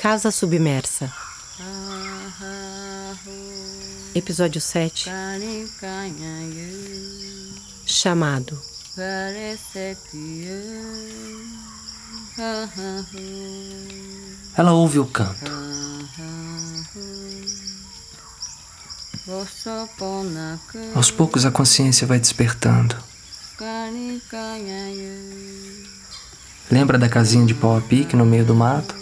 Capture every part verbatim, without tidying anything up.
Casa Submersa. Episódio sete. Chamado. Ela ouve o canto. Aos poucos a consciência vai despertando. Lembra da casinha de pau a pique no meio do mato?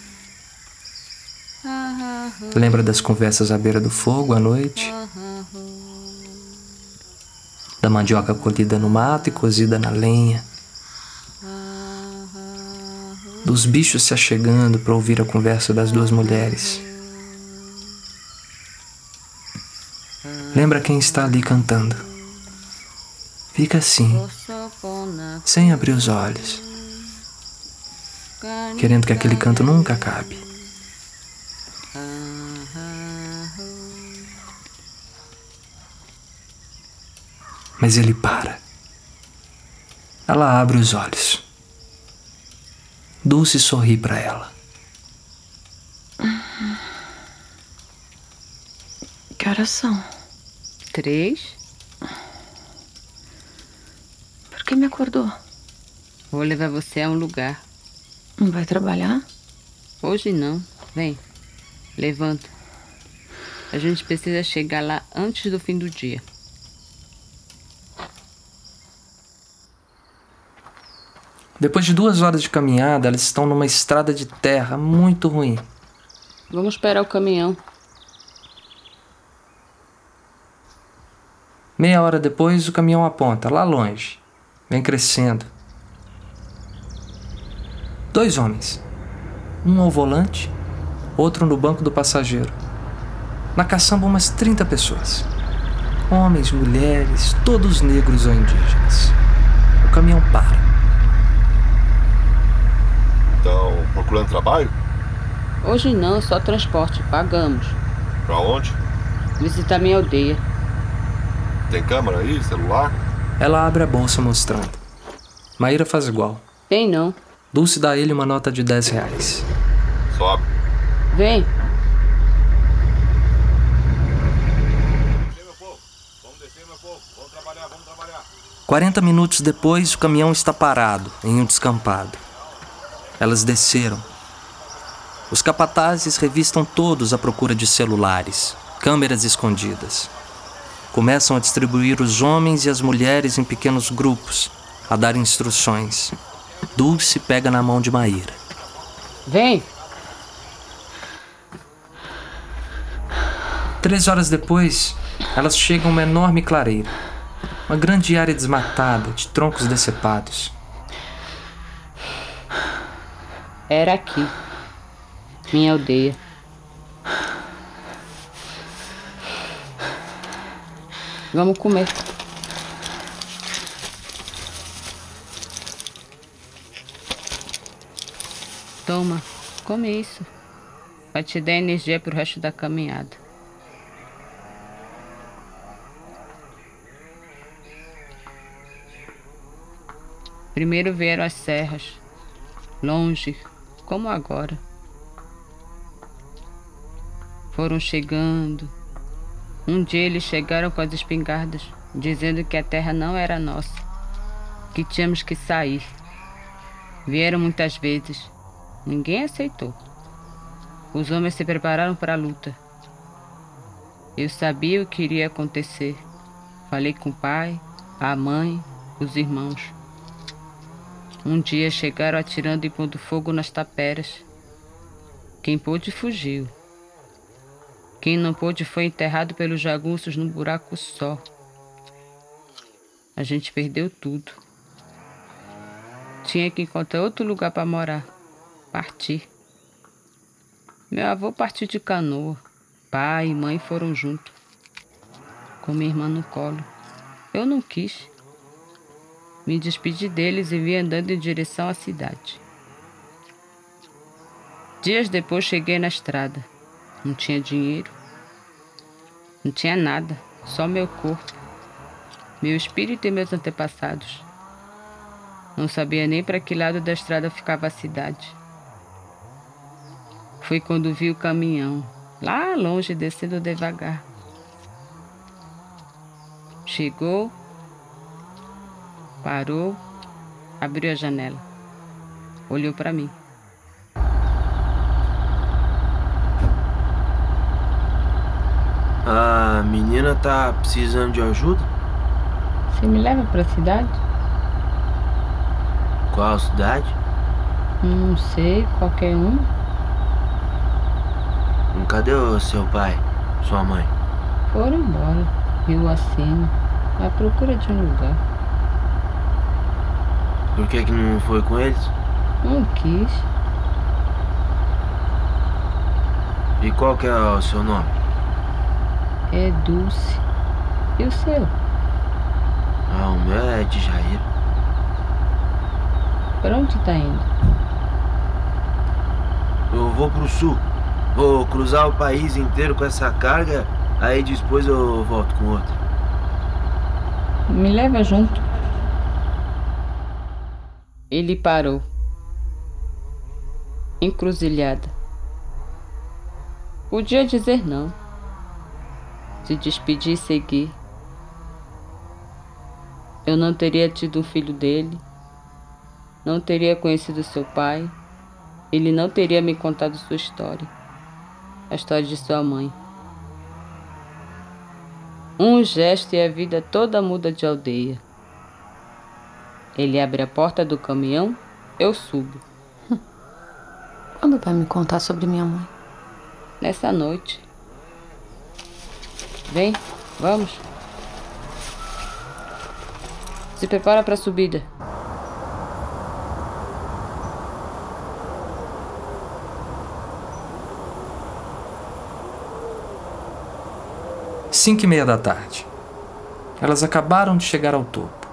Lembra das conversas à beira do fogo à noite? Da mandioca colhida no mato e cozida na lenha? Dos bichos se achegando para ouvir a conversa das duas mulheres? Lembra quem está ali cantando? Fica assim, sem abrir os olhos, querendo que aquele canto nunca acabe. Mas ele para. Ela abre os olhos. Dulce sorri para ela. Que horas são? Três? Por que me acordou? Vou levar você a um lugar. Não vai trabalhar? Hoje não. Vem. Levanta. A gente precisa chegar lá antes do fim do dia. Depois de duas horas de caminhada, elas estão numa estrada de terra muito ruim. Vamos esperar o caminhão. Meia hora depois, o caminhão aponta, lá longe. Vem crescendo. Dois homens. Um ao volante, outro no banco do passageiro. Na caçamba, umas trinta pessoas. Homens, mulheres, todos negros ou indígenas. O caminhão para. Estão procurando trabalho? Hoje não, só transporte. Pagamos. Pra onde? Visitar minha aldeia. Tem câmera aí, celular? Ela abre a bolsa mostrando. Maíra faz igual. Tem não. Dulce dá a ele uma nota de dez reais. Sobe. Vem. Descer, meu povo. Vamos descer, meu povo. Vamos trabalhar, vamos trabalhar. Quarenta minutos depois, o caminhão está parado, em um descampado. Elas desceram. Os capatazes revistam todos à procura de celulares, câmeras escondidas. Começam a distribuir os homens e as mulheres em pequenos grupos, a dar instruções. Dulce pega na mão de Maíra. Vem. Três horas depois, elas chegam a uma enorme clareira. Uma grande área desmatada, de troncos decepados. Era aqui. Minha aldeia. Vamos comer. Toma, come isso. Vai te dar energia pro resto da caminhada. Primeiro vieram as serras. Longe, como agora. Foram chegando. Um dia eles chegaram com as espingardas, dizendo que a terra não era nossa, que tínhamos que sair. Vieram muitas vezes. Ninguém aceitou. Os homens se prepararam para a luta. Eu sabia o que iria acontecer. Falei com o pai, a mãe, os irmãos. Um dia chegaram atirando e pondo fogo nas taperas. Quem pôde fugiu. Quem não pôde foi enterrado pelos jagunços num buraco só. A gente perdeu tudo. Tinha que encontrar outro lugar para morar. Partir. Meu avô partiu de canoa. Pai e mãe foram junto. Com minha irmã no colo. Eu não quis. Me despedi deles e vim andando em direção à cidade. Dias depois cheguei na estrada. Não tinha dinheiro. Não tinha nada. Só meu corpo. Meu espírito e meus antepassados. Não sabia nem para que lado da estrada ficava a cidade. Foi quando vi o caminhão, lá longe, descendo devagar. Chegou, parou, abriu a janela, olhou para mim. A menina tá precisando de ajuda? Você me leva para a cidade? Qual cidade? Não sei, qualquer um. Cadê o seu pai, sua mãe? Foram embora, rio acima, à procura de um lugar. Por que que não foi com eles? Não quis. E qual que é o seu nome? É Dulce. E o seu? Ah, o meu é de Jair. Para onde tá indo? Eu vou pro sul. Vou cruzar o país inteiro com essa carga, aí depois eu volto com outra. Me leva junto. Ele parou. Encruzilhada. Podia dizer não. Se despedir e seguir. Eu não teria tido um filho dele. Não teria conhecido seu pai. Ele não teria me contado sua história. A história de sua mãe. Um gesto e a vida toda muda de aldeia. Ele abre a porta do caminhão, eu subo. Quando vai me contar sobre minha mãe? Nessa noite. Vem, vamos. Se prepara para a subida. Cinco e meia da tarde. Elas acabaram de chegar ao topo.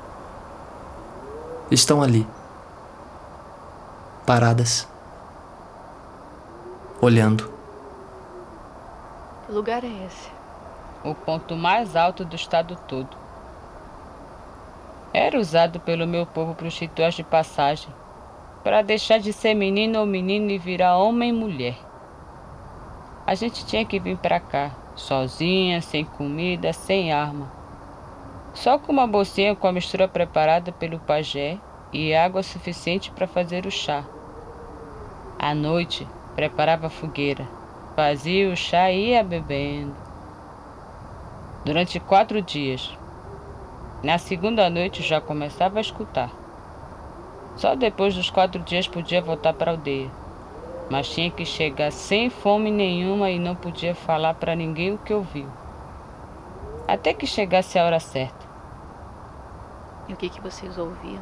Estão ali, paradas, olhando. Que lugar é esse? O ponto mais alto do estado todo. Era usado pelo meu povo para os rituais de passagem, para deixar de ser menino ou menino e virar homem e mulher. A gente tinha que vir para cá, sozinha, sem comida, sem arma. Só com uma bolsinha com a mistura preparada pelo pajé e água suficiente para fazer o chá. À noite, preparava a fogueira, fazia o chá e ia bebendo. Durante quatro dias. Na segunda noite já começava a escutar. Só depois dos quatro dias podia voltar para a aldeia. Mas tinha que chegar sem fome nenhuma e não podia falar para ninguém o que ouviu. Até que chegasse a hora certa. E o que que vocês ouviam?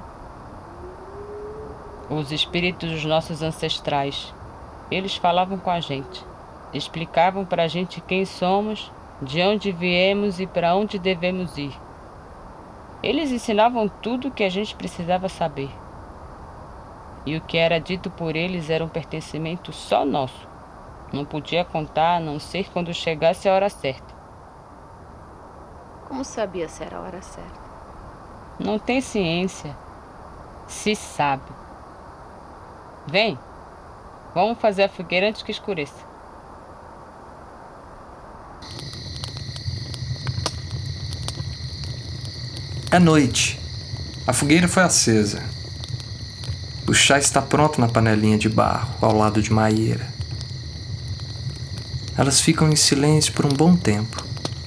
Os espíritos dos nossos ancestrais. Eles falavam com a gente. Explicavam para a gente quem somos, de onde viemos e para onde devemos ir. Eles ensinavam tudo o que a gente precisava saber. E o que era dito por eles era um pertencimento só nosso. Não podia contar a não ser quando chegasse a hora certa. Como sabia se era a hora certa? Não tem ciência. Se sabe. Vem, vamos fazer a fogueira antes que escureça. É noite. A fogueira foi acesa. O chá está pronto na panelinha de barro, ao lado de Maieira. Elas ficam em silêncio por um bom tempo.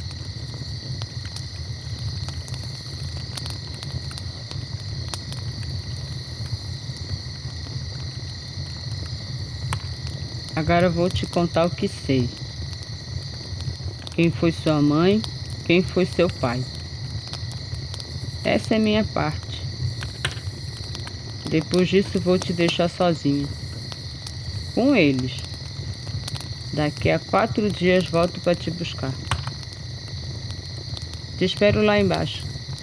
Agora eu vou te contar o que sei. Quem foi sua mãe, quem foi seu pai. Essa é minha parte. Depois disso vou te deixar sozinha. Com eles. Daqui a quatro dias volto para te buscar. Te espero lá embaixo.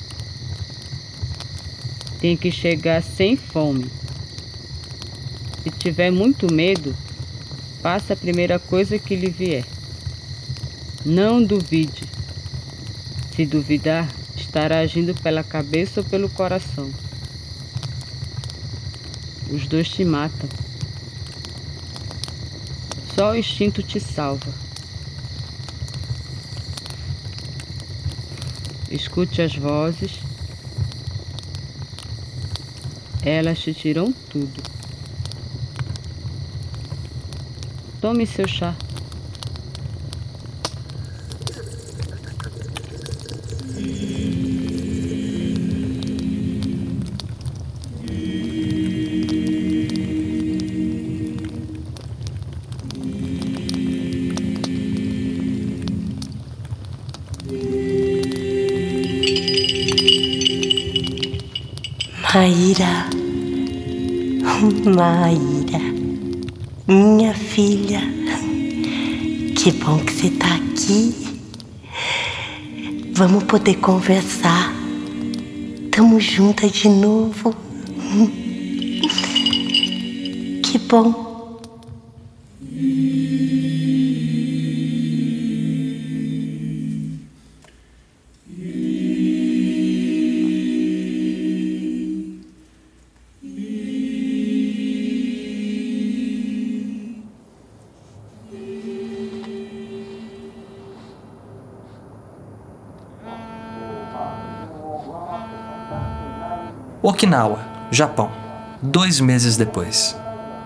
Tem que chegar sem fome. Se tiver muito medo, faça a primeira coisa que lhe vier. Não duvide. Se duvidar, estará agindo pela cabeça ou pelo coração. Os dois te matam. Só o instinto te salva. Escute as vozes. Elas te tiram tudo. Tome seu chá. Maíra, Maíra, minha filha, que bom que você tá aqui. Vamos poder conversar. Tamo juntas de novo. Que bom. Okinawa, Japão, dois meses depois.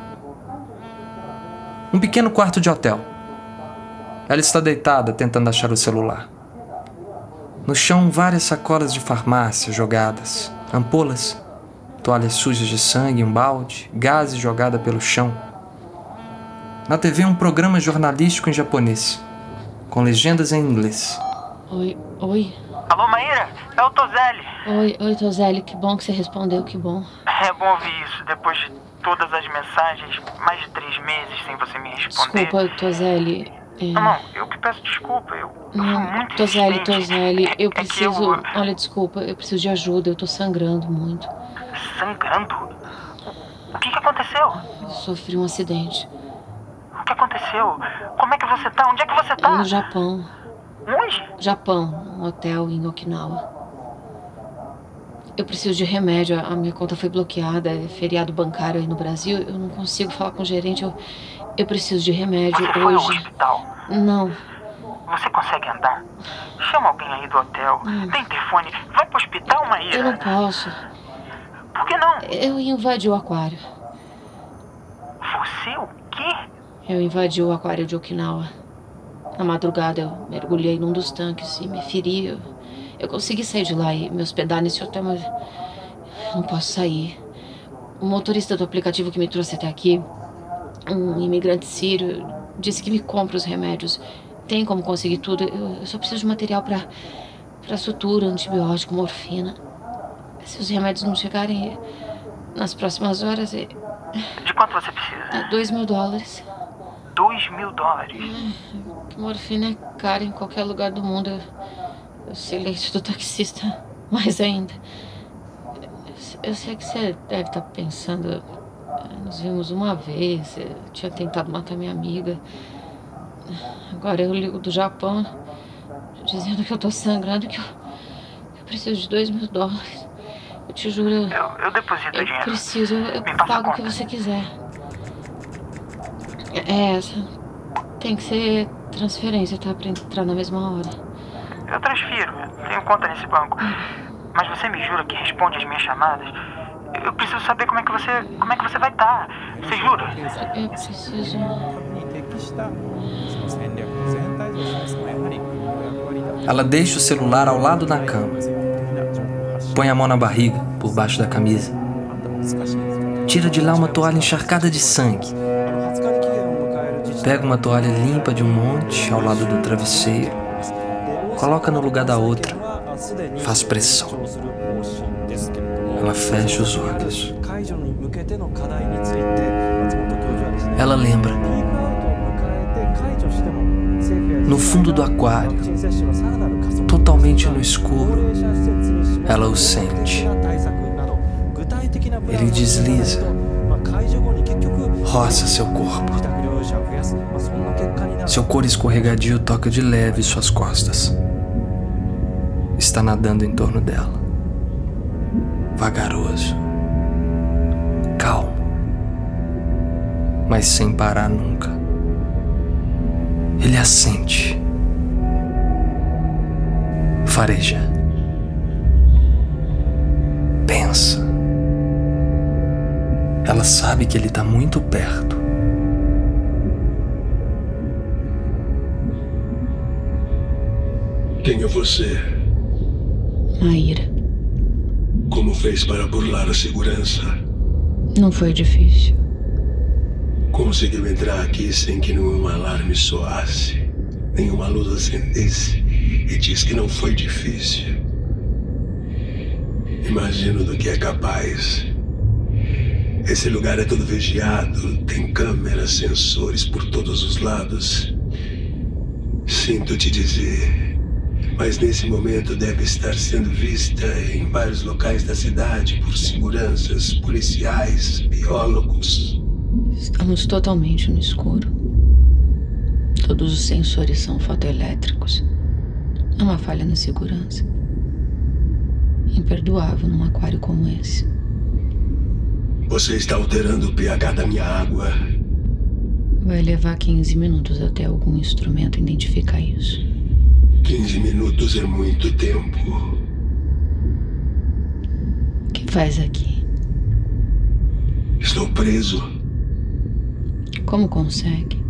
Um pequeno quarto de hotel. Ela está deitada tentando achar o celular. No chão, várias sacolas de farmácia jogadas, ampolas, toalhas sujas de sangue, um balde, gases jogada pelo chão. Na T V, um programa jornalístico em japonês, com legendas em inglês. Oi, oi. Alô, Maíra? É o Tozelli. Oi, oi, Tozelli. Que bom que você respondeu, que bom. É bom ouvir isso, depois de todas as mensagens, mais de três meses sem você me responder. Desculpa, Tozelli. É... Não, não, eu que peço desculpa, eu, eu Não, sou muito Tozelli, insistente. Tozelli, É- eu é que preciso... eu- Olha, desculpa, eu preciso de ajuda, eu tô sangrando muito. Sangrando? O que que aconteceu? Eu sofri um acidente. O que aconteceu? Como é que você tá? Onde é que você tá? No Japão. Onde? Japão, um hotel em Okinawa. Eu preciso de remédio, a minha conta foi bloqueada, é feriado bancário aí no Brasil, eu não consigo falar com o gerente, eu, eu preciso de remédio Você foi ao hoje. hospital? Não, Você consegue andar? Chama alguém aí do hotel. Tem telefone? Vai pro hospital, Maíra. eu não posso. Por que não? Eu invadi o aquário. Você o quê? Eu invadi o aquário de Okinawa. Na madrugada eu mergulhei num dos tanques e me feri. Eu, eu consegui sair de lá e me hospedar nesse hotel, mas eu não posso sair. O motorista do aplicativo que me trouxe até aqui, um imigrante sírio, disse que me compra os remédios. Tem como conseguir tudo. Eu, eu só preciso de material pra, pra sutura, antibiótico, morfina. Se os remédios não chegarem nas próximas horas, é, De quanto você precisa? é dois mil dólares. Dois mil dólares. Morfina é cara em qualquer lugar do mundo. Eu, eu sei leite do taxista, mais ainda. Eu, eu sei que você deve estar pensando. Nos vimos uma vez, eu tinha tentado matar minha amiga. Agora eu ligo do Japão, dizendo que eu tô sangrando, que eu, que eu preciso de dois mil dólares. Eu te juro, eu, Eu, eu deposito o eu dinheiro. preciso, eu, eu Me passa a pago o que conta. você quiser. É essa. Tem que ser transferência, tá? Pra entrar na mesma hora. Eu transfiro. Tenho conta nesse banco. Mas você me jura que responde as minhas chamadas? Eu preciso saber como é que você, como é que você vai estar. Você jura? Eu preciso. に適したその戦略の全体像を示すのはやはり役割だと Ela deixa o celular ao lado da cama, põe a mão na barriga, por baixo da camisa. Tira de lá uma toalha encharcada de sangue. Pega uma toalha limpa de um monte ao lado do travesseiro. Coloca no lugar da outra. Faz pressão. Ela fecha os olhos. Ela lembra. No fundo do aquário, totalmente no escuro, ela o sente. Ele desliza, roça seu corpo. Seu couro escorregadio toca de leve suas costas. Está nadando em torno dela. Vagaroso. Calmo. Mas sem parar nunca. Ele a sente. Fareja. Pensa. Ela sabe que ele está muito perto. Quem é você? Maíra. Como fez para burlar a segurança? Não foi difícil. Conseguiu entrar aqui sem que nenhum alarme soasse, nenhuma luz acendesse, e diz que não foi difícil. Imagino do que é capaz. Esse lugar é todo vigiado, tem câmeras, sensores por todos os lados. Sinto te dizer, mas nesse momento deve estar sendo vista em vários locais da cidade por seguranças, policiais, biólogos. Estamos totalmente no escuro. Todos os sensores são fotoelétricos. É uma falha na segurança. Imperdoável num aquário como esse. Você está alterando o pH da minha água. Vai levar quinze minutos até algum instrumento identificar isso. quinze minutos é muito tempo. O que faz aqui? Estou preso. Como consegue?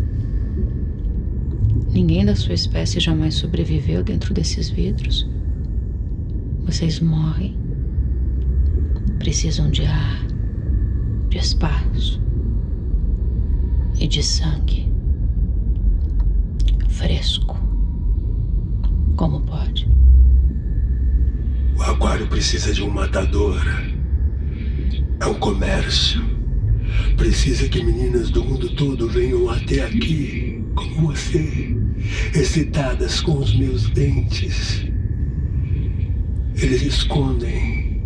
Ninguém da sua espécie jamais sobreviveu dentro desses vidros. Vocês morrem. Precisam de ar, de espaço e de sangue fresco. Como pode? O aquário precisa de um matador. É um comércio. Precisa que meninas do mundo todo venham até aqui, como você, excitadas com os meus dentes. Eles escondem.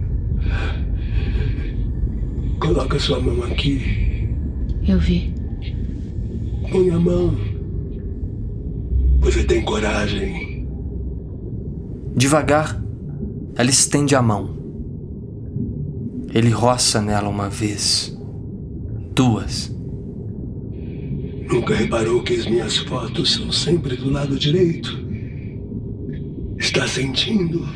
Coloca sua mão aqui. Eu vi. Põe a mão. Você tem coragem. Devagar, ela estende a mão. Ele roça nela uma vez, duas. Nunca reparou que as minhas fotos são sempre do lado direito? Está sentindo?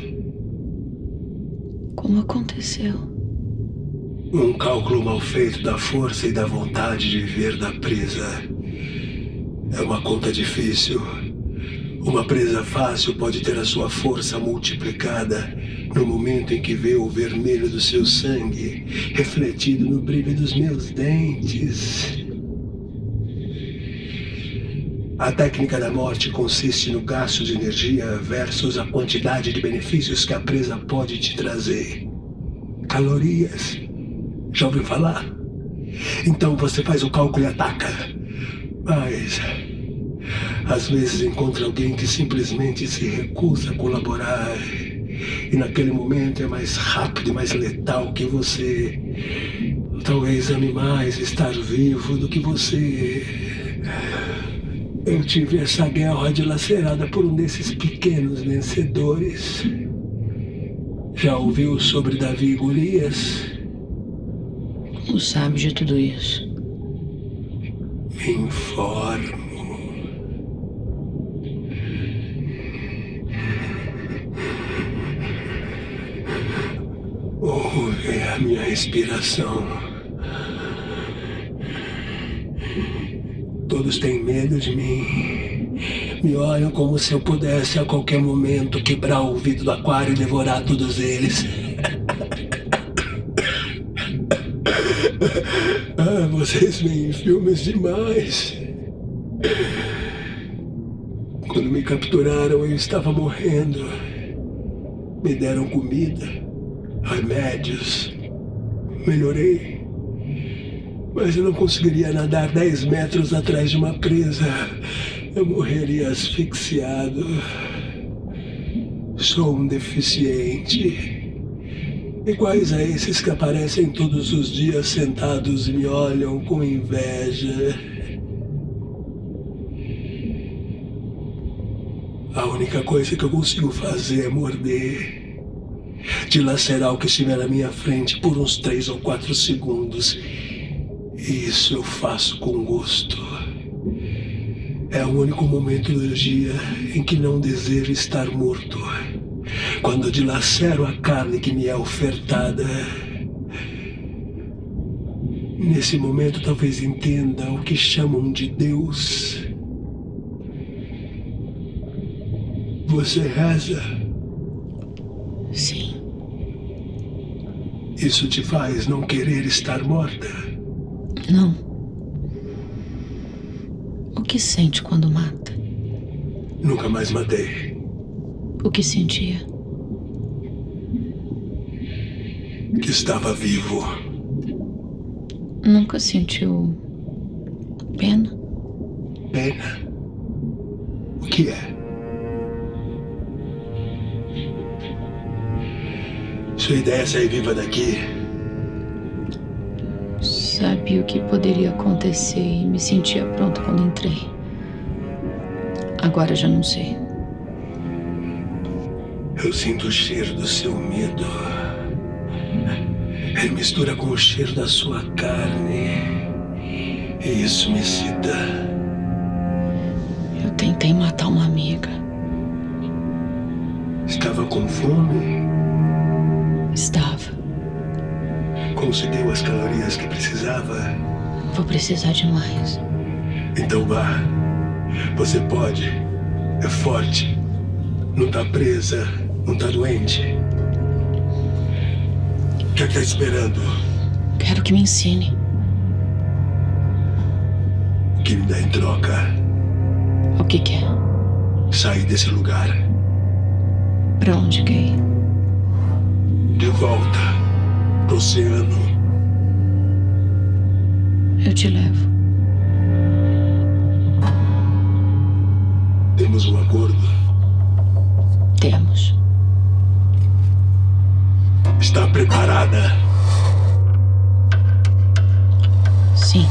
Como aconteceu? Um cálculo mal feito da força e da vontade de viver da presa. É uma conta difícil. Uma presa fácil pode ter a sua força multiplicada no momento em que vê o vermelho do seu sangue refletido no brilho dos meus dentes. A técnica da morte consiste no gasto de energia versus a quantidade de benefícios que a presa pode te trazer. Calorias. Já ouviu falar? Então você faz o cálculo e ataca. Mas às vezes encontra alguém que simplesmente se recusa a colaborar. E naquele momento é mais rápido e mais letal que você. Talvez ame mais estar vivo do que você. Eu tive essa guerra dilacerada por um desses pequenos vencedores. Já ouviu sobre Davi e Golias? Como sabe de tudo isso? Me informo. Ouve a minha respiração. Todos têm medo de mim. Me olham como se eu pudesse a qualquer momento quebrar o vidro do aquário e devorar todos eles. Ah, vocês veem filmes demais. Quando me capturaram, eu estava morrendo. Me deram comida, remédios. Melhorei. Mas eu não conseguiria nadar dez metros atrás de uma presa. Eu morreria asfixiado. Sou um deficiente. Iguais a esses que aparecem todos os dias sentados e me olham com inveja. A única coisa que eu consigo fazer é morder. Dilacerar o que estiver na minha frente por uns três ou quatro segundos. E isso eu faço com gosto. É o único momento do dia em que não desejo estar morto. Quando dilacero a carne que me é ofertada. Nesse momento talvez entenda o que chamam de Deus. Você reza? Sim. Isso te faz não querer estar morta? Não. O que sente quando mata? Nunca mais matei. O que sentia? Que estava vivo. Nunca sentiu pena? Pena? O que é? Sua ideia é sair viva daqui? Sabia o que poderia acontecer e me sentia pronta quando entrei. Agora já não sei. Eu sinto o cheiro do seu medo. Ele mistura com o cheiro da sua carne. E isso me excita. Eu tentei matar uma amiga. Estava com fome? Estava. Conseguiu as calorias que precisava? Vou precisar de mais. Então vá. Você pode. É forte. Não tá presa. Não tá doente. O que é que tá esperando? Quero que me ensine. O que me dá em troca? O que quer? Sair desse lugar. Pra onde quer ir? De volta pro oceano. Eu te levo. Temos um acordo? Temos. Está preparada? Sim.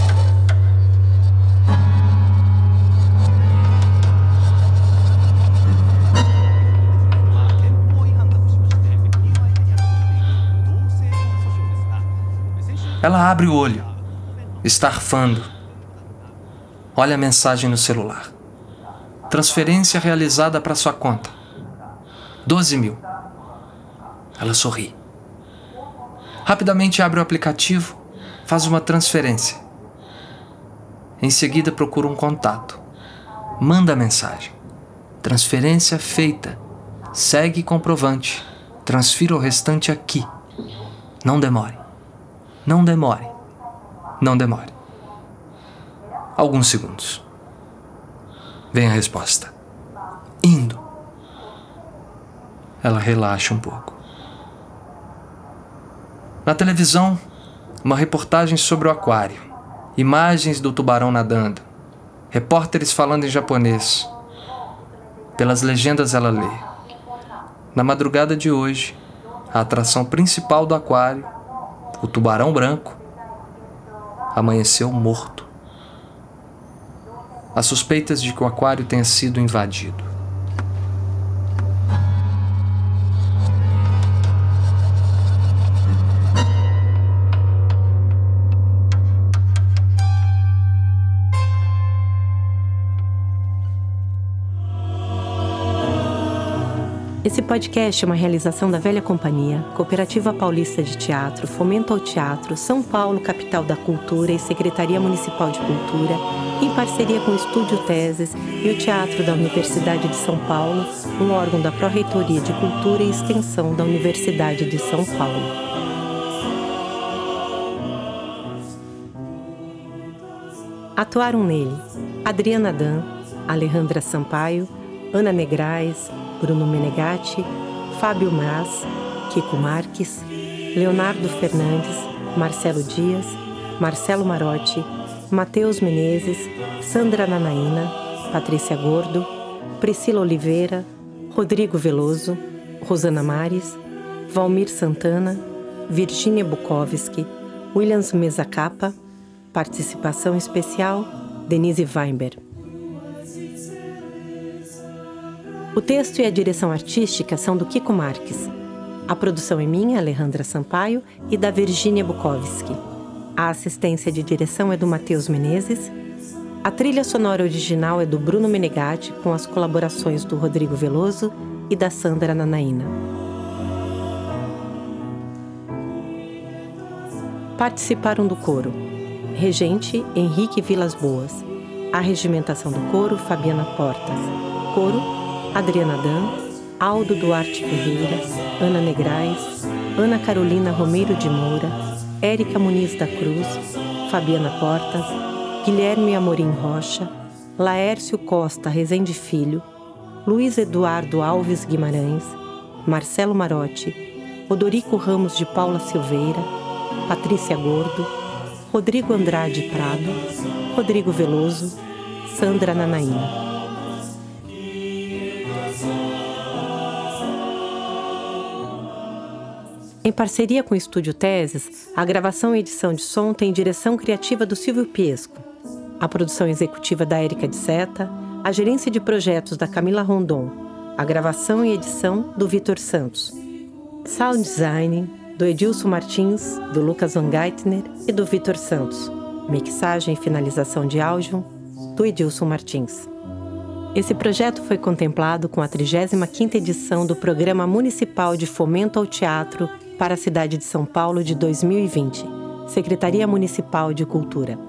Ela abre o olho, está arfando. Olha a mensagem no celular. Transferência realizada para sua conta. doze mil. Ela sorri. Rapidamente abre o aplicativo, faz uma transferência. Em seguida procura um contato. Manda a mensagem. Transferência feita. Segue comprovante. Transfira o restante aqui. Não demore. Não demore. Não demore. Alguns segundos. Vem a resposta. Indo. Ela relaxa um pouco. Na televisão, uma reportagem sobre o aquário. Imagens do tubarão nadando. Repórteres falando em japonês. Pelas legendas ela lê. Na madrugada de hoje, a atração principal do aquário, o tubarão branco, amanheceu morto. Há suspeitas de que o aquário tenha sido invadido. Esse podcast é uma realização da Velha Companhia, Cooperativa Paulista de Teatro, Fomento ao Teatro, São Paulo, Capital da Cultura e Secretaria Municipal de Cultura, em parceria com o Estúdio Teses e o Teatro da Universidade de São Paulo, um órgão da Pró-Reitoria de Cultura e Extensão da Universidade de São Paulo. Atuaram nele Adriana Dan, Alejandra Sampaio, Ana Negrais, Bruno Menegatti, Fábio Mas, Kiko Marques, Leonardo Fernandes, Marcelo Dias, Marcelo Marotti, Matheus Menezes, Sandra Nanaína, Patrícia Gordo, Priscila Oliveira, Rodrigo Veloso, Rosana Mares, Valmir Santana, Virgínia Bukowski, Williams Mezacapa, participação especial, Denise Weinberg. O texto e a direção artística são do Kiko Marques. A produção é minha, Alejandra Sampaio, e da Virgínia Bukowski. A assistência de direção é do Matheus Menezes A trilha sonora original é do Bruno Menegatti, com as colaborações do Rodrigo Veloso e da Sandra Nanaína. Participaram do coro: regente Henrique Vilas Boas, arregimentação do coro Fabiana Portas, coro Adriana Dan, Aldo Duarte Ferreira, Ana Negrais, Ana Carolina Romeiro de Moura, Érica Muniz da Cruz, Fabiana Portas, Guilherme Amorim Rocha, Laércio Costa Rezende Filho, Luiz Eduardo Alves Guimarães, Marcelo Marotti, Odorico Ramos de Paula Silveira, Patrícia Gordo, Rodrigo Andrade Prado, Rodrigo Veloso, Sandra Nanaína. Em parceria com o Estúdio Teses, a gravação e edição de som tem direção criativa do Silvio Piesco, a produção executiva da Érica de Seta, a gerência de projetos da Camila Rondon, a gravação e edição do Vitor Santos, sound design do Edilson Martins, do Lucas Van Geitner e do Vitor Santos, mixagem e finalização de áudio do Edilson Martins. Esse projeto foi contemplado com a trigésima quinta edição do Programa Municipal de Fomento ao Teatro para a cidade de São Paulo de dois mil e vinte, Secretaria Municipal de Cultura.